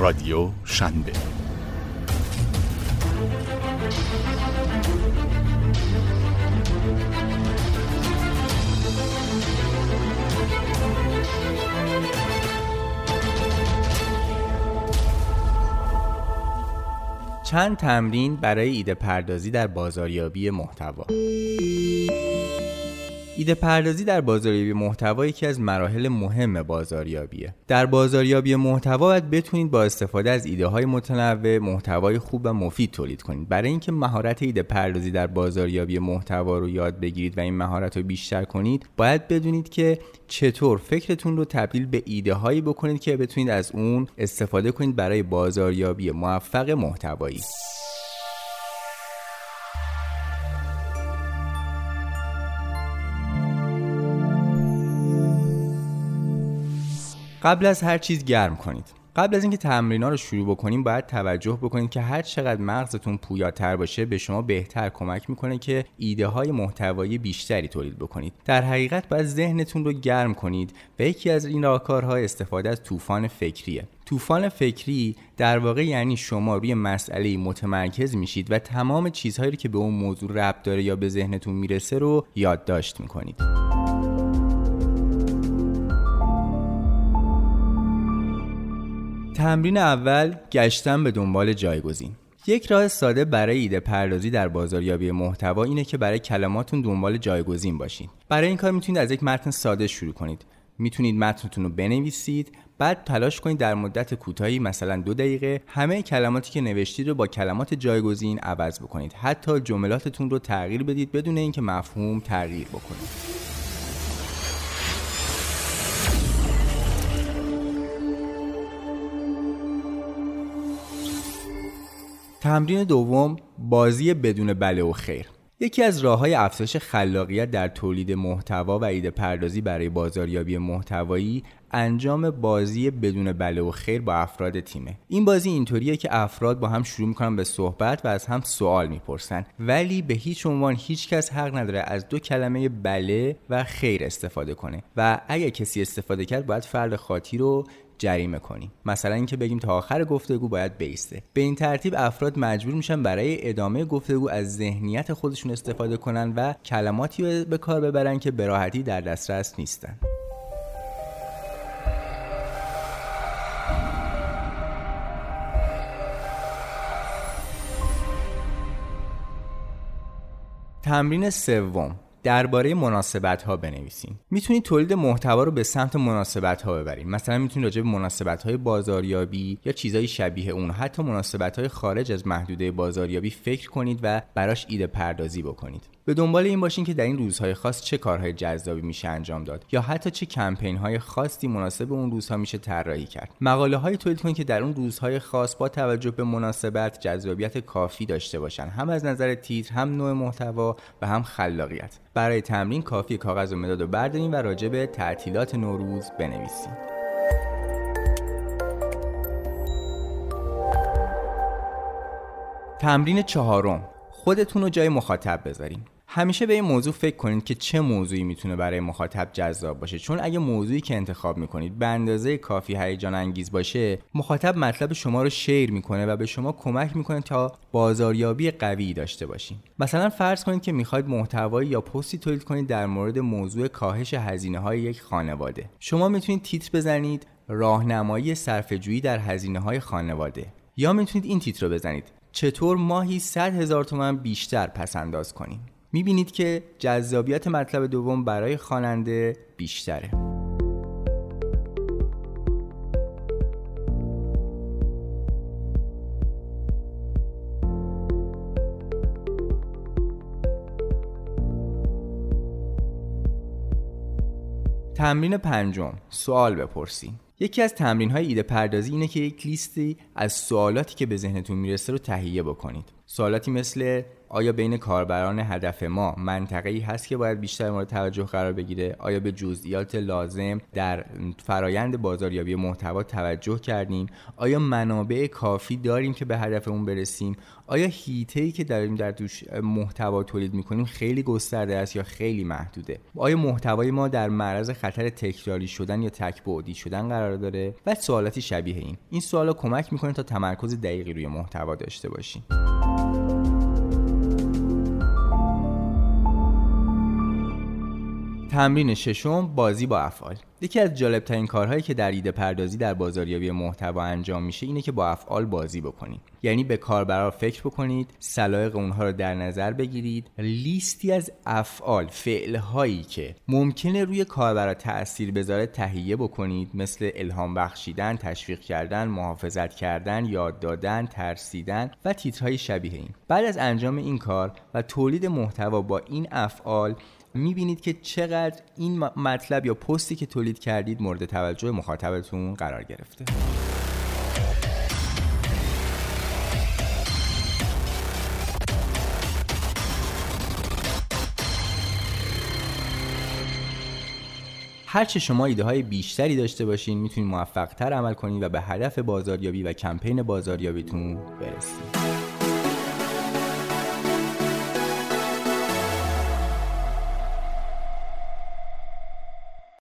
رادیو شنبه. چند تمرین برای ایده پردازی در بازاریابی محتوا. ایده پردازی در بازاریابی محتوا یکی از مراحل مهم بازاریابیه. در بازاریابی محتوا باید بتونید با استفاده از ایده های متنوع محتوای خوب و مفید تولید کنید. برای اینکه مهارت ایده پردازی در بازاریابی محتوا رو یاد بگیرید و این مهارت رو بیشتر کنید، باید بدونید که چطور فکرتون رو تبدیل به ایده هایی بکنید که بتونید از اون استفاده کنید برای بازاریابی موفق محتوایی. قبل از هر چیز گرم کنید. قبل از اینکه تمرین‌ها رو شروع بکنیم باید توجه بکنید که هر چقدر مغزتون پویاتر باشه به شما بهتر کمک میکنه که ایده های محتوایی بیشتری تولید بکنید. در حقیقت باید ذهنتون رو گرم کنید و یکی از این راهکارها استفاده از طوفان فکریه. طوفان فکری در واقع یعنی شما روی مسئله متمرکز میشید و تمام چیزهایی که به اون موضوع ربط داره یا به ذهنتون میرسه رو یادداشت میکنید. تمرین اول، گشتن به دنبال جایگزین. یک راه ساده برای ایده پردازی در بازاریابی محتوا اینه که برای کلماتون دنبال جایگزین باشید. برای این کار میتونید از یک متن ساده شروع کنید. میتونید متنتون رو بنویسید، بعد تلاش کنید در مدت کوتاهی مثلا 2 دقیقه همه کلماتی که نوشتید رو با کلمات جایگزین عوض بکنید. حتی جملاتتون رو تغییر بدید بدون اینکه مفهوم تغییر بکنه. تمرین دوم، بازی بدون بله و خیر. یکی از راه‌های افزایش خلاقیت در تولید محتوا و ایده پردازی برای بازاریابی محتوایی انجام بازی بدون بله و خیر با افراد تیمه. این بازی اینطوریه که افراد با هم شروع میکنن به صحبت و از هم سوال میپرسن، ولی به هیچ عنوان هیچ کس حق نداره از 2 کلمه بله و خیر استفاده کنه و اگه کسی استفاده کرد باید فرد خاطی رو جریمه کنیم. مثلا اینکه بگیم تا آخر گفتگو باید بیسته. به این ترتیب افراد مجبور میشن برای ادامه گفتگو از ذهنیت خودشون استفاده کنن و کلماتی به کار ببرن که به راحتی در دسترس نیستن. تمرین سوم، درباره مناسبت‌ها بنویسین. میتونید تولید محتوا رو به سمت مناسبت‌ها ببرید. مثلا میتونید راجع به مناسبت‌های بازاریابی یا چیزای شبیه اون، حتی مناسبت‌های خارج از محدوده بازاریابی فکر کنید و براش ایده پردازی بکنید. به دنبال این باشین که در این روزهای خاص چه کارهای جذابی میشه انجام داد یا حتی چه کمپین‌های خاصی مناسب اون روزها میشه طراحی کرد. مقاله‌هایی تولید کنید که در اون روزهای خاص با توجه به مناسبت جذابیت کافی داشته باشن، هم از نظر تیتر، هم نوع محتوا و هم خلاقیت. برای تمرین کافی کاغذ و مداد رو بردارین و راجع به تعطیلات نوروز بنویسین. تمرین چهارم، خودتون رو جای مخاطب بذارین. همیشه به این موضوع فکر کنید که چه موضوعی میتونه برای مخاطب جذاب باشه، چون اگه موضوعی که انتخاب میکنید به اندازه کافی هیجان انگیز باشه، مخاطب مطلب شما رو شیر میکنه و به شما کمک میکنه تا بازاریابی قوی داشته باشین. مثلا فرض کنید که میخواید محتوایی یا پستی تولید کنید در مورد موضوع کاهش هزینه‌های یک خانواده. شما میتونید تیتر بزنید راهنمایی صرفه‌جویی در هزینه‌های خانواده، یا میتونید این تیتر رو بزنید چطور ماهی 100,000 تومان بیشتر پس‌انداز کنیم. میبینید که جذابیت مطلب دوم برای خواننده بیشتره. تمرین پنجم، سوال بپرسین. یکی از تمرین‌های ایده پردازی اینه که یک لیستی از سوالاتی که به ذهنتون میرسه رو تهیه بکنید. سوالاتی مثل آیا بین کاربران هدف ما منطقه‌ای هست که باید بیشتر مورد توجه قرار بگیره؟ آیا به جزئیات لازم در فرایند بازاریابی محتوا توجه کردیم؟ آیا منابع کافی داریم که به هدفمون برسیم؟ آیا حیطه‌ای که داریم در توش محتوا تولید می‌کنیم خیلی گسترده است یا خیلی محدوده؟ آیا محتوای ما در معرض خطر تکراری شدن یا تک‌بعدی شدن قرار داره؟ و سوالاتی شبیه این سوالا کمک می‌کنه تا تمرکز دقیقی روی محتوا داشته باشیم. تمرین ششم، بازی با افعال. یکی از جالب‌ترین کارهایی که در ایده پردازی در بازاریابی محتوا انجام میشه اینه که با افعال بازی بکنید. یعنی به کاربرا فکر بکنید، سلایق اونها رو در نظر بگیرید، لیستی از افعال، فعل‌هایی که ممکنه روی کاربرا تأثیر بذاره تهیه بکنید، مثل الهام بخشیدن، تشویق کردن، محافظت کردن، یاد دادن، ترسیدن و تیترهای شبیه این. بعد از انجام این کار و تولید محتوا با این افعال میبینید که چقدر این مطلب یا پستی که تولید کردید مورد توجه مخاطبتون قرار گرفته. هرچه شما ایده های بیشتری داشته باشین میتونید موفق تر عمل کنید و به هدف بازاریابی و کمپین بازاریابیتون برسید.